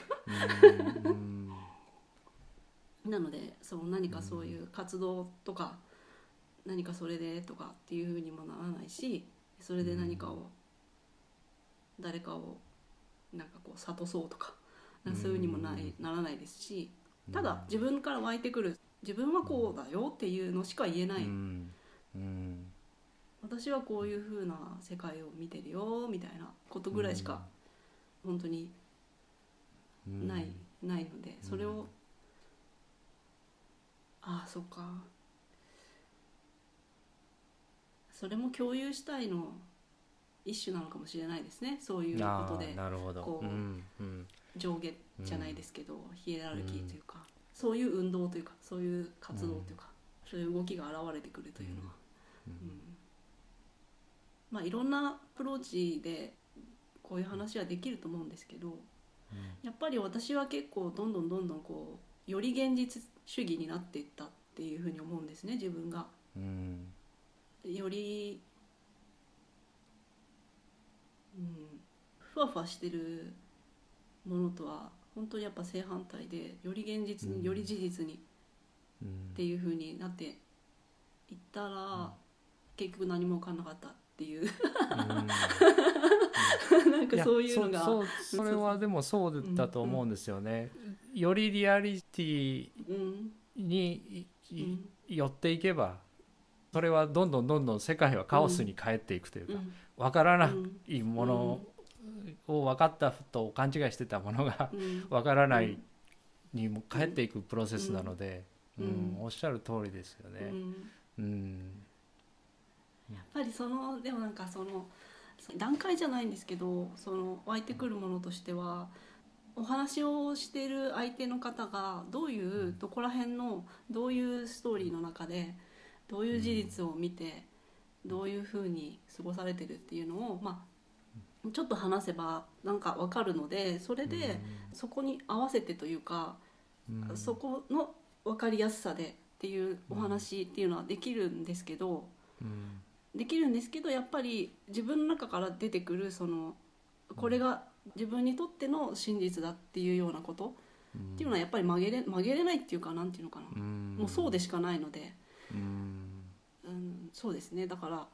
なのでその何かそういう活動とか何かそれでとかっていう風にもならないし、それで何かを誰かをなんかこう諭そうとかそういう風にもならないですし、ただ自分から湧いてくる自分はこうだよっていうのしか言えない、私はこういう風な世界を見てるよみたいなことぐらいしか本当にないので、それをそっか、それも共有したいの一種なのかもしれないですね。そういうことでこう、上下じゃないですけど、ヒエラルキーというか、そういう運動というか、そういう活動というか、そういう動きが現れてくるというのは、まあいろんなアプローチでこういう話はできると思うんですけど、やっぱり私は結構どんどんこうより現実主義になっていったっていうふうに思うんですね、自分が。より、ふわふわしてるものとは本当にやっぱ正反対で、より現実に、より事実にっていう風になっていったら、結局何も分かんなかったっていうなんかそういうのがそれはでもそうだと思うんですよね。よりリアリティに寄っていけば、それはどんどん世界はカオスに変えていくというか、分からないものを分かったと勘違いしてたものが分からないにも変えていくプロセスなので、おっしゃる通りですよね。 やっぱりでもなんかその段階じゃないんですけど、その湧いてくるものとしては、お話をしている相手の方がどういうどこら辺のどういうストーリーの中でどういう事実を見てどういうふうに過ごされてるっていうのを、ちょっと話せばなんか分かるので、それでそこに合わせてというか、そこの分かりやすさでっていうお話っていうのはできるんですけど、やっぱり自分の中から出てくるこれが自分にとっての真実だっていうようなことっていうのはやっぱり曲げれないっていうか、なんていうのかな、もうそうでしかないので、そうですね。だから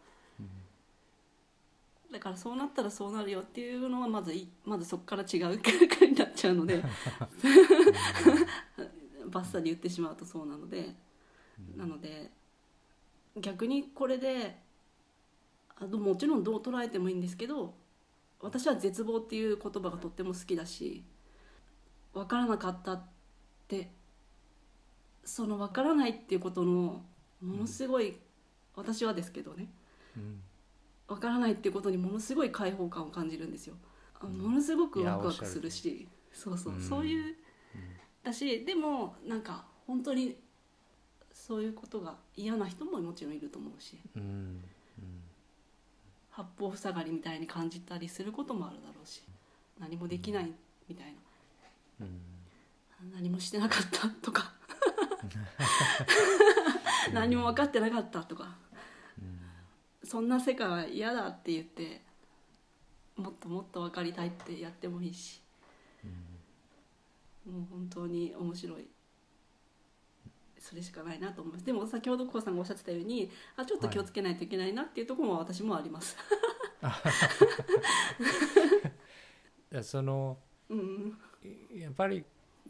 そうなったらそうなるよっていうのはまずそこから違う結果になっちゃうのでバッサリ言ってしまうとそうなので、逆にこれでもちろんどう捉えてもいいんですけど、私は絶望っていう言葉がとっても好きだし、分からなかったってその分からないっていうことのものすごい、私はですけどね、分からないっていうことにものすごい解放感を感じるんですよ。ものすごくワクワクするし、そういうだし、でもなんか本当にそういうことが嫌な人ももちろんいると思うし、八方塞がりみたいに感じたりすることもあるだろうし、何もできないみたいな、何もしてなかったとか何も分かってなかったとか、そんな世界は嫌だって言ってもっともっと分かりたいってやってもいいし、もう本当に面白い、それしかないなと思います。でも先ほどコウさんがおっしゃってたように、ちょっと気をつけないといけないなっていうところも私もあります、 やっぱり、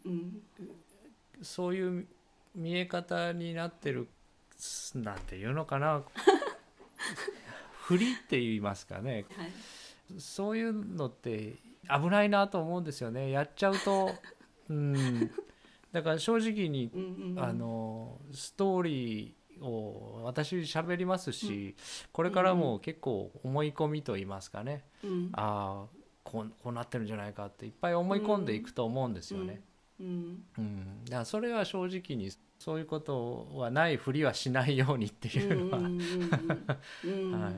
そういう見え方になってる、なんていうのかな振りって言いますかね、そういうのって危ないなと思うんですよね、やっちゃうと。だから正直に、ストーリーを私喋りますし、これからも結構思い込みと言いますかね、こうなってるんじゃないかっていっぱい思い込んでいくと思うんですよね。だからそれは正直にそういうことはないふりはしないようにっていうのははい、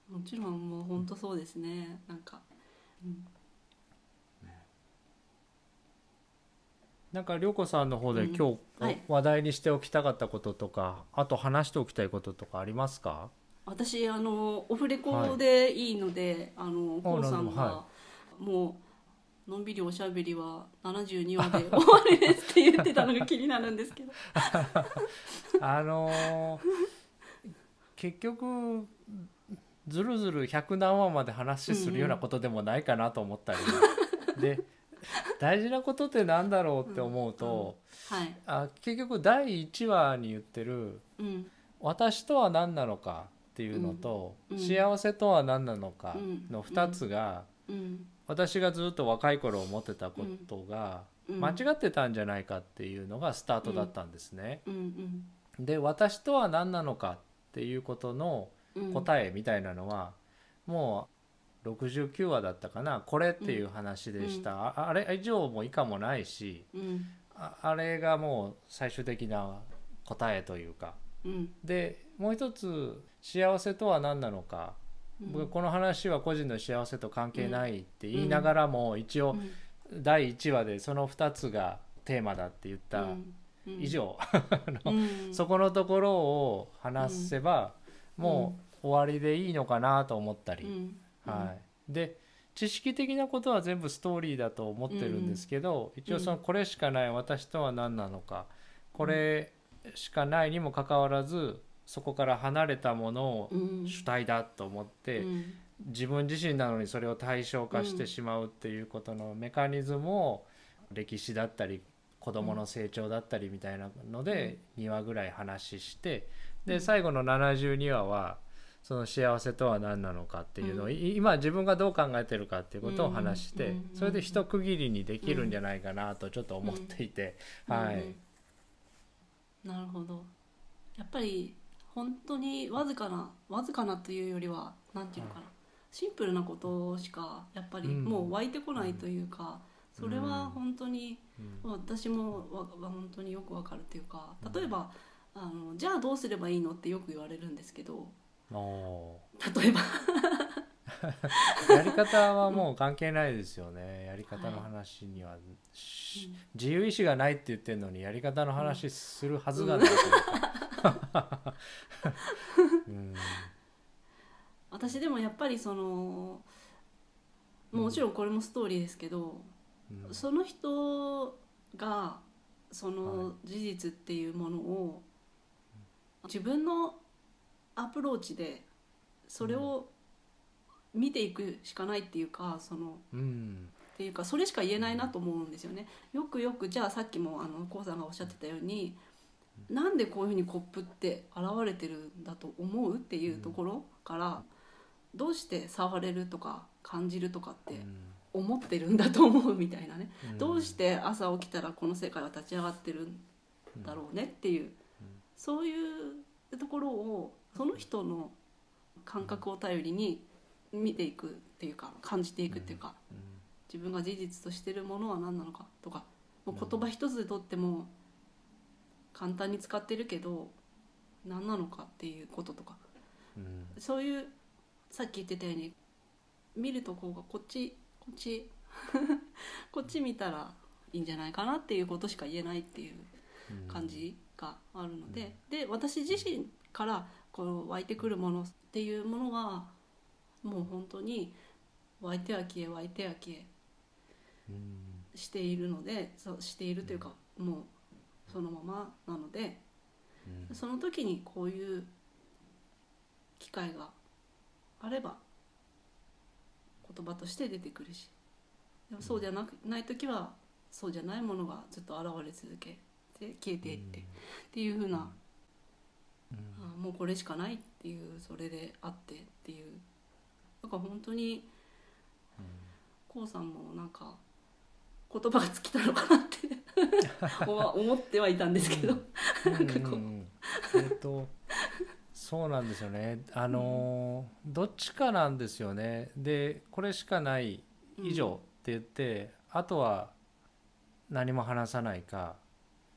もちろんもう本当そうですね。なんか、 なんか涼子さんの方で今日話題にしておきたかったこととか、あと話しておきたいこととかありますか？ 私オフレコでいいので、コウさんがもうのんびりおしゃべりは72話で終わりですって言ってたのが気になるんですけど結局ずるずる100何話まで話するようなことでもないかなと思ったり、で大事なことってなんだろうって思うと、結局第1話に言ってる、私とは何なのかっていうのと、幸せとは何なのかの2つが、私がずっと若い頃思ってたことが間違ってたんじゃないかっていうのがスタートだったんですね。で、私とは何なのかっていうことの答えみたいなのはもう69話だったかな、これっていう話でした。あれ以上も以下もないし、あれがもう最終的な答えというか、でもう一つ、幸せとは何なのか、僕この話は個人の幸せと関係ないって言いながらも、一応第1話でその2つがテーマだって言った以上そこのところを話せばもう終わりでいいのかなと思ったり、で知識的なことは全部ストーリーだと思ってるんですけど、一応そのこれしかない私とは何なのか、これしかないにもかかわらずそこから離れたものを主体だと思って、自分自身なのにそれを対象化してしまうっていうことのメカニズムを歴史だったり子どもの成長だったりみたいなので2話ぐらい話して、で最後の72話はその幸せとは何なのかっていうのを今自分がどう考えてるかっていうことを話して、それで一区切りにできるんじゃないかなとちょっと思っていて、 なるほど。やっぱり本当にわずかなというよりはなんていうのかな、シンプルなことしかやっぱりもう湧いてこないというか、それは本当に私も本当によくわかるというか、例えばじゃあどうすればいいのってよく言われるんですけど、例えばやり方はもう関係ないですよね。やり方の話には、自由意志がないって言ってるのにやり方の話するはずがないというか私でもやっぱりもちろんこれもストーリーですけど、その人がその事実っていうものを自分のアプローチでそれを見ていくしかないっていうか、っていうかそれしか言えないなと思うんですよね。よくじゃあさっきもコウさんがおっしゃってたように、なんでこういうふうにコップって現れてるんだと思うっていうところから、どうして触れるとか感じるとかって思ってるんだと思うみたいなね、どうして朝起きたらこの世界は立ち上がってるんだろうねっていう、そういうところをその人の感覚を頼りに見ていくっていうか、感じていくっていうか、自分が事実としてるものは何なのかとか、もう言葉一つでとっても簡単に使ってるけど何なのかっていうこととか、そういうさっき言ってたように見るとこがこっちこっち見たらいいんじゃないかなっていうことしか言えないっていう感じがあるので、で私自身からこの湧いてくるものっていうものがもう本当に湧いては消えしているので、そうしているというかもうそのままなので、その時にこういう機会があれば言葉として出てくるし、でもそうじゃない時はそうじゃないものがずっと現れ続けて消えていってっていう風な、もうこれしかないっていう、それであってっていう、だから本当にコウさんもなんか言葉が尽きたのかなって思ってはいたんですけど、なんかこうそうなんですよね。どっちかなんですよね。でこれしかない以上って言って、あとは何も話さないか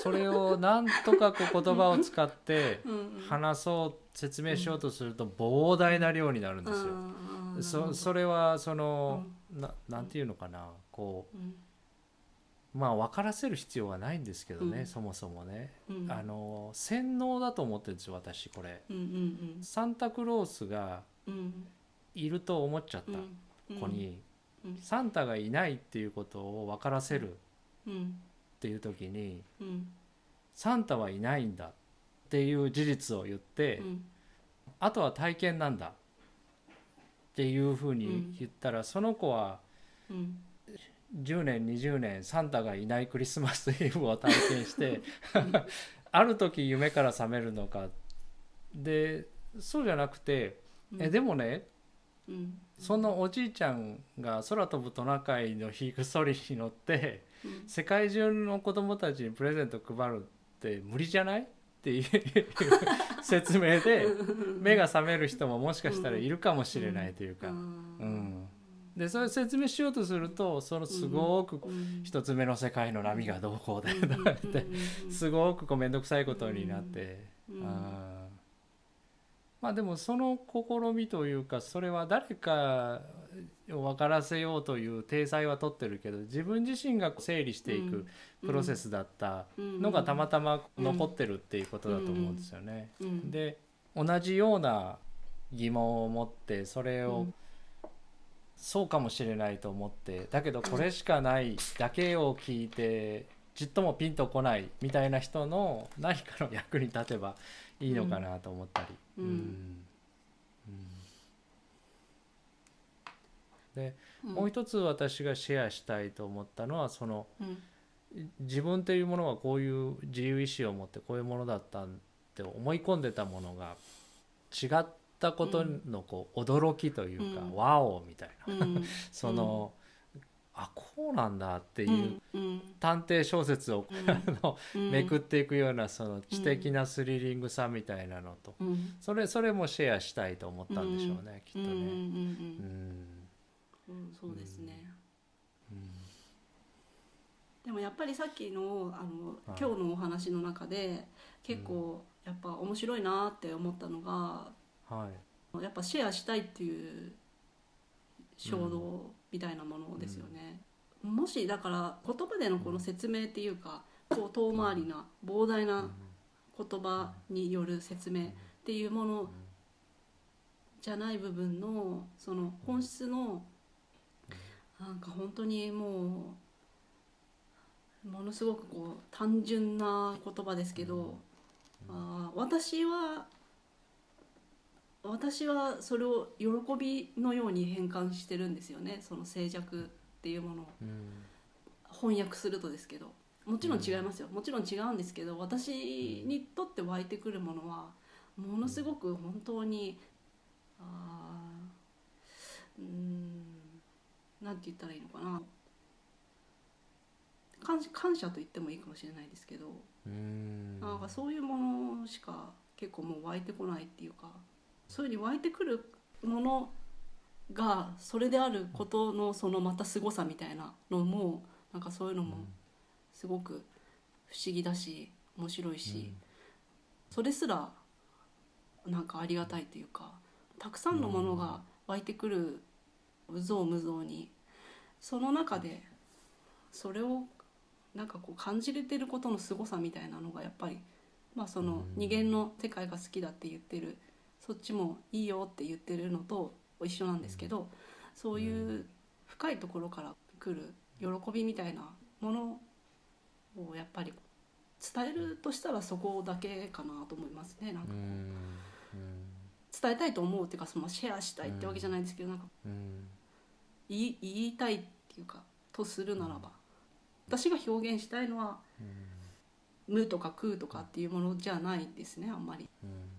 それをなんとかこう言葉を使って話そう説明しようとすると膨大な量になるんですよ。それはそのなんていうのかな、こうまあ分からせる必要はないんですけどね、そもそもね、洗脳だと思ってるんですよ私これ。サンタクロースがいると思っちゃった子にサンタがいないっていうことを分からせるっていう時にサンタはいないんだっていう事実を言ってあとは体験なんだっていうふうに言ったら、その子は10年20年サンタがいないクリスマスイブを体験してある時夢から覚めるのかで、そうじゃなくてでもね、そのおじいちゃんが空飛ぶトナカイのヒクソリに乗って世界中の子供たちにプレゼント配るって無理じゃないっていう説明で目が覚める人ももしかしたらいるかもしれないというか、でそれ説明しようとするとそのすごく一つ目の世界の波がどうこうだよとかってすごくこう面倒くさいことになって、まあでもその試みというかそれは誰かを分からせようという体裁は取ってるけど自分自身が整理していくプロセスだったのがたまたま残ってるっていうことだと思うんですよね。で同じような疑問を持ってそれをそうかもしれないと思ってだけどこれしかないだけを聞いてちっともピンとこないみたいな人の何かの役に立てばいいのかなと思ったり、でもう一つ私がシェアしたいと思ったのはその、自分というものはこういう自由意志を持ってこういうものだったって思い込んでたものが違ったことのこう驚きというか、ワオみたいなその、あこうなんだっていう探偵小説をめくっていくようなその知的なスリリングさみたいなのとそれもシェアしたいと思ったんでしょうね、きっとね。 そうですね、でもやっぱりさっきの今日のお話の中で結構やっぱ面白いなって思ったのが、やっぱシェアしたいっていう衝動みたいなものですよね、もしだから言葉でのこの説明っていうかこう遠回りな膨大な言葉による説明っていうものじゃない部分のその本質のなんか本当にものすごくこう単純な言葉ですけど、私はそれを喜びのように変換してるんですよね。その静寂っていうものを翻訳するとですけど、もちろん違いますよ、もちろん違うんですけど、私にとって湧いてくるものはものすごく本当になんて言ったらいいのかな、感謝と言ってもいいかもしれないですけど、なんかそういうものしか結構もう湧いてこないっていうか、そういうふうに湧いてくるものがそれであることのそのまたすごさみたいなのもなんかそういうのもすごく不思議だし面白いし、それすらなんかありがたいというか、たくさんのものが湧いてくる有象無象に、その中でそれをなんかこう感じれてることのすごさみたいなのがやっぱり、その二元の世界が好きだって言ってる、そっちもいいよって言ってるのと一緒なんですけど、そういう深いところから来る喜びみたいなものをやっぱり伝えるとしたらそこだけかなと思いますね。なんかこう伝えたいと思うっていうか、そのシェアしたいってわけじゃないですけど、なんか言いたいっていうかとするならば、私が表現したいのは無とか空とかっていうものじゃないですね、あんまり。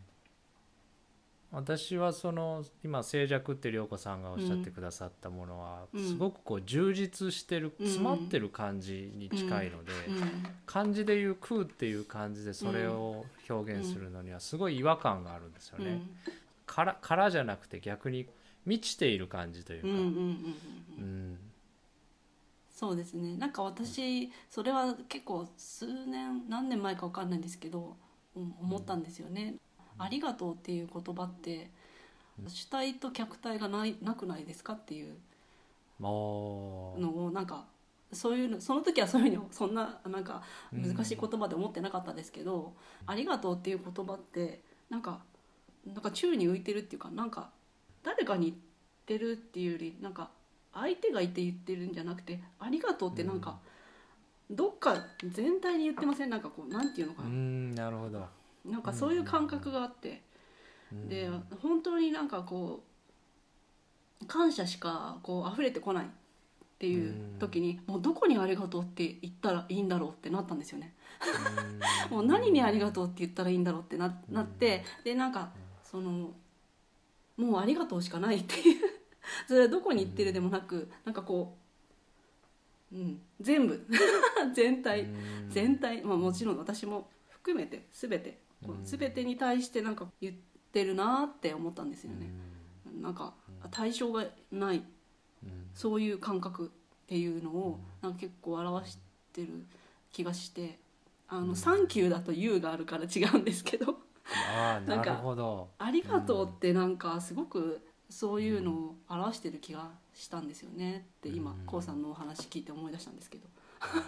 私はその今静寂って涼子さんがおっしゃってくださったものはすごくこう充実してる、詰まってる感じに近いので、漢字でいう空っていう感じでそれを表現するのにはすごい違和感があるんですよね。空じゃなくて逆に満ちている感じというか、 そうですね。なんか私それは結構何年前か分かんないんですけど思ったんですよね。ありがとうっていう言葉って主体と客体がなくないですかっていうのをなんかそういうのその時はそういうふうにそんななんか難しい言葉で思ってなかったですけど、ありがとうっていう言葉ってなんか宙に浮いてるっていうか、なんか誰かに言ってるっていうよりなんか相手がいて言ってるんじゃなくて、ありがとうってなんかどっか全体に言ってません？なんかこうなんていうのかな、 なるほど。 なんかそういう感覚があって、で本当になんかこう感謝しかこう溢れてこないっていう時に、もうどこにありがとうって言ったらいいんだろうってなったんですよね。もう何にありがとうって言ったらいいんだろうって なって、でなんかそのもうありがとうしかないっていうそれはどこに行ってるでもなく、なんかこう、全部全体、まあ、もちろん私も含めて全てに対してなんか言ってるなって思ったんですよね。なんか対象がない、そういう感覚っていうのをなんか結構表してる気がして、サンキューだと You があるから違うんですけどなるほど。 ありがとうってなんかすごくそういうのを表してる気がしたんですよねって今こうさんのお話聞いて思い出したんですけど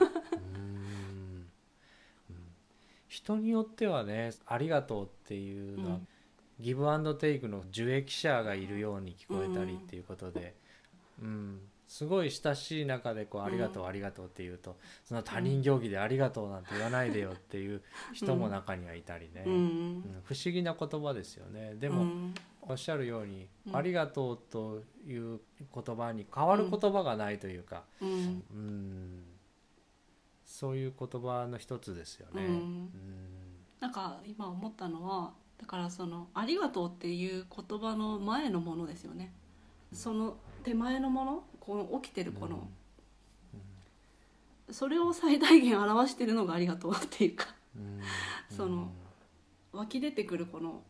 人によってはね、ありがとうっていうのは、ギブアンドテイクの受益者がいるように聞こえたりっていうことで、すごい親しい中でこうありがとうありがとうって言うと、その他人行儀でありがとうなんて言わないでよっていう人も中にはいたりね、不思議な言葉ですよね。でも、おっしゃるように、ありがとうという言葉に変わる言葉がないというか、そういう言葉の一つですよね。 なんか今思ったのは、だからそのありがとうっていう言葉の前のものですよね。その手前のもの、この起きてるこの、それを最大限表してるのがありがとうっていうかその湧き出てくるこの、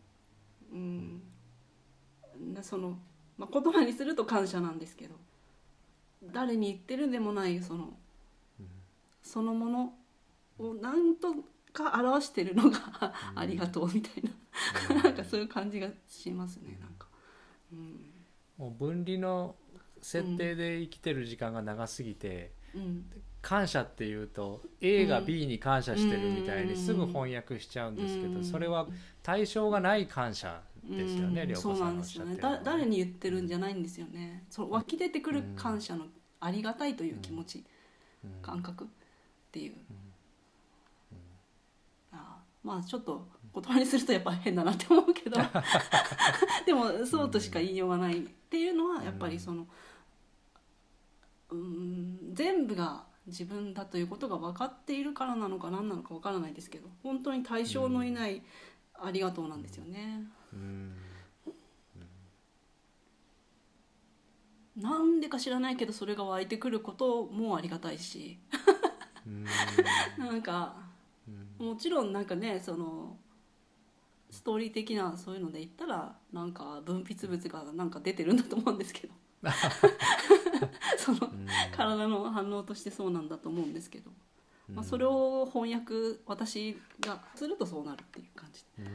その、まあ、言葉にすると感謝なんですけど、誰に言ってるでもないそのものをなんとか表してるのがありがとうみたいななんかそういう感じがしますね。なんか、 もう分離の設定で生きてる時間が長すぎて、感謝っていうと A が B に感謝してるみたいにすぐ翻訳しちゃうんですけど、それは対象がない感謝ですよね。涼子さんがおっしゃってるのはね。 誰に言ってるんじゃないんですよね。そう湧き出てくる感謝のありがたいという気持ち、感覚っていう、まあちょっと言葉にするとやっぱ変だなって思うけどでもそうとしか言いようがないっていうのはやっぱりその、全部が自分だということが分かっているからなのか何なのか分からないですけど、本当に対象のいないありがとうなんですよね。なんでか知らないけどそれが湧いてくることもありがたいしなんかもちろんなんかね、そのストーリー的なそういうので言ったらなんか分泌物がなんか出てるんだと思うんですけどその体の反応としてそうなんだと思うんですけど、まあ、それを翻訳私がするとそうなるっていう感じで、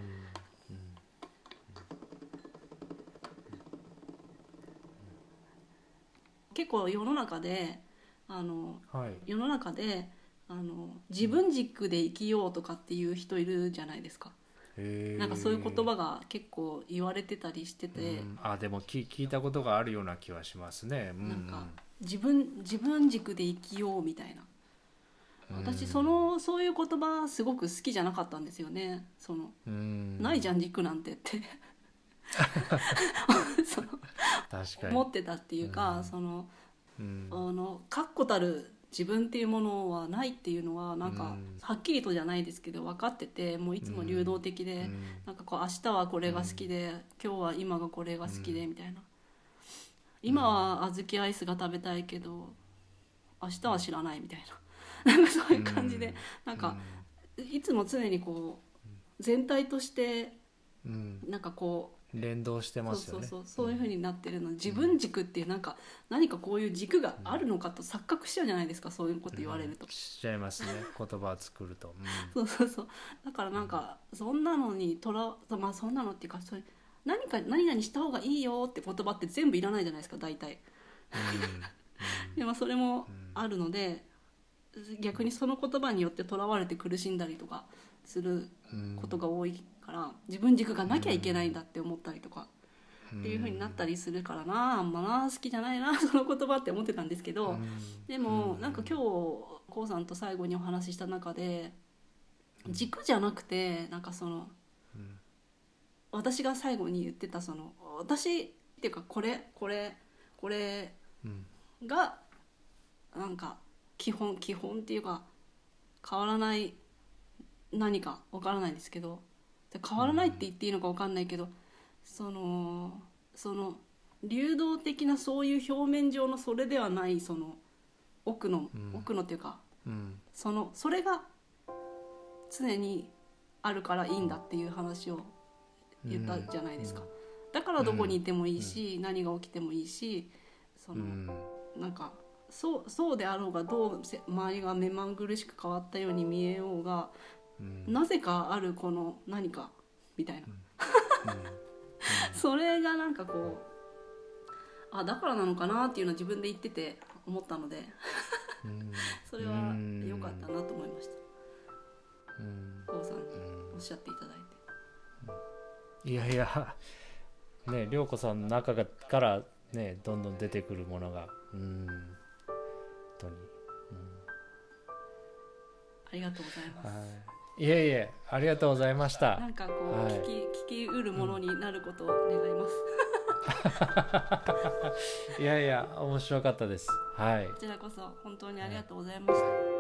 結構世の中で自分軸で生きようとかっていう人いるじゃないですか。なんかそういう言葉が結構言われてたりしてて、 でも聞いたことがあるような気はしますね。 なんか自分軸で生きようみたいな、私そういう言葉すごく好きじゃなかったんですよね。そのないじゃん軸なんてってその確かに思ってたっていうか、その確固たる自分っていうものはないっていうのはなんかはっきりとじゃないですけど分かってて、もういつも流動的で、なんかこう明日はこれが好きで、今日は今がこれが好きでみたいな、今は小豆アイスが食べたいけど明日は知らないみたいななんかそういう感じで、なんかいつも常にこう全体としてなんかこう連動してますよね。 そういう風になってるの。自分軸っていう何かこういう軸があるのかと錯覚しちゃうじゃないですか、そういうこと言われると。 しちゃいますね、言葉を作ると。 そうだからそんなのにそんなのっていうか、そういう何々した方がいいよって言葉って全部いらないじゃないですか大体。でもそれもあるので、逆にその言葉によってとらわれて苦しんだりとかすることが多いから、自分軸がなきゃいけないんだって思ったりとかっていう風になったりするからあんま好きじゃないなその言葉って思ってたんですけど、でも今日こうさんと最後にお話しした中で、軸じゃなくて私が最後に言ってた私っていうかこれが基本っていうか変わらない何か分からないんですけど、変わらないって言っていいのか分かんないけど、その流動的なそういう表面上のそれではない奥のっていうか、それが常にあるからいいんだっていう話を言ったじゃないですか。だからどこにいてもいいし、何が起きてもいいし、そうであろうが、どう周りが目まぐるしく変わったように見えようが、なぜかあるこの何かみたいなそれがだからなのかなっていうのを自分で言ってて思ったのでそれは良かったなと思いました。こうさんにおっしゃっていただいて、 いやいやね、涼子さんの中からねどんどん出てくるものが本当に、 ありがとうございます。 いえいえ、ありがとうございました。 聞きうるものになることを願いますいやいや面白かったです。 こちらこそ本当にありがとうございました。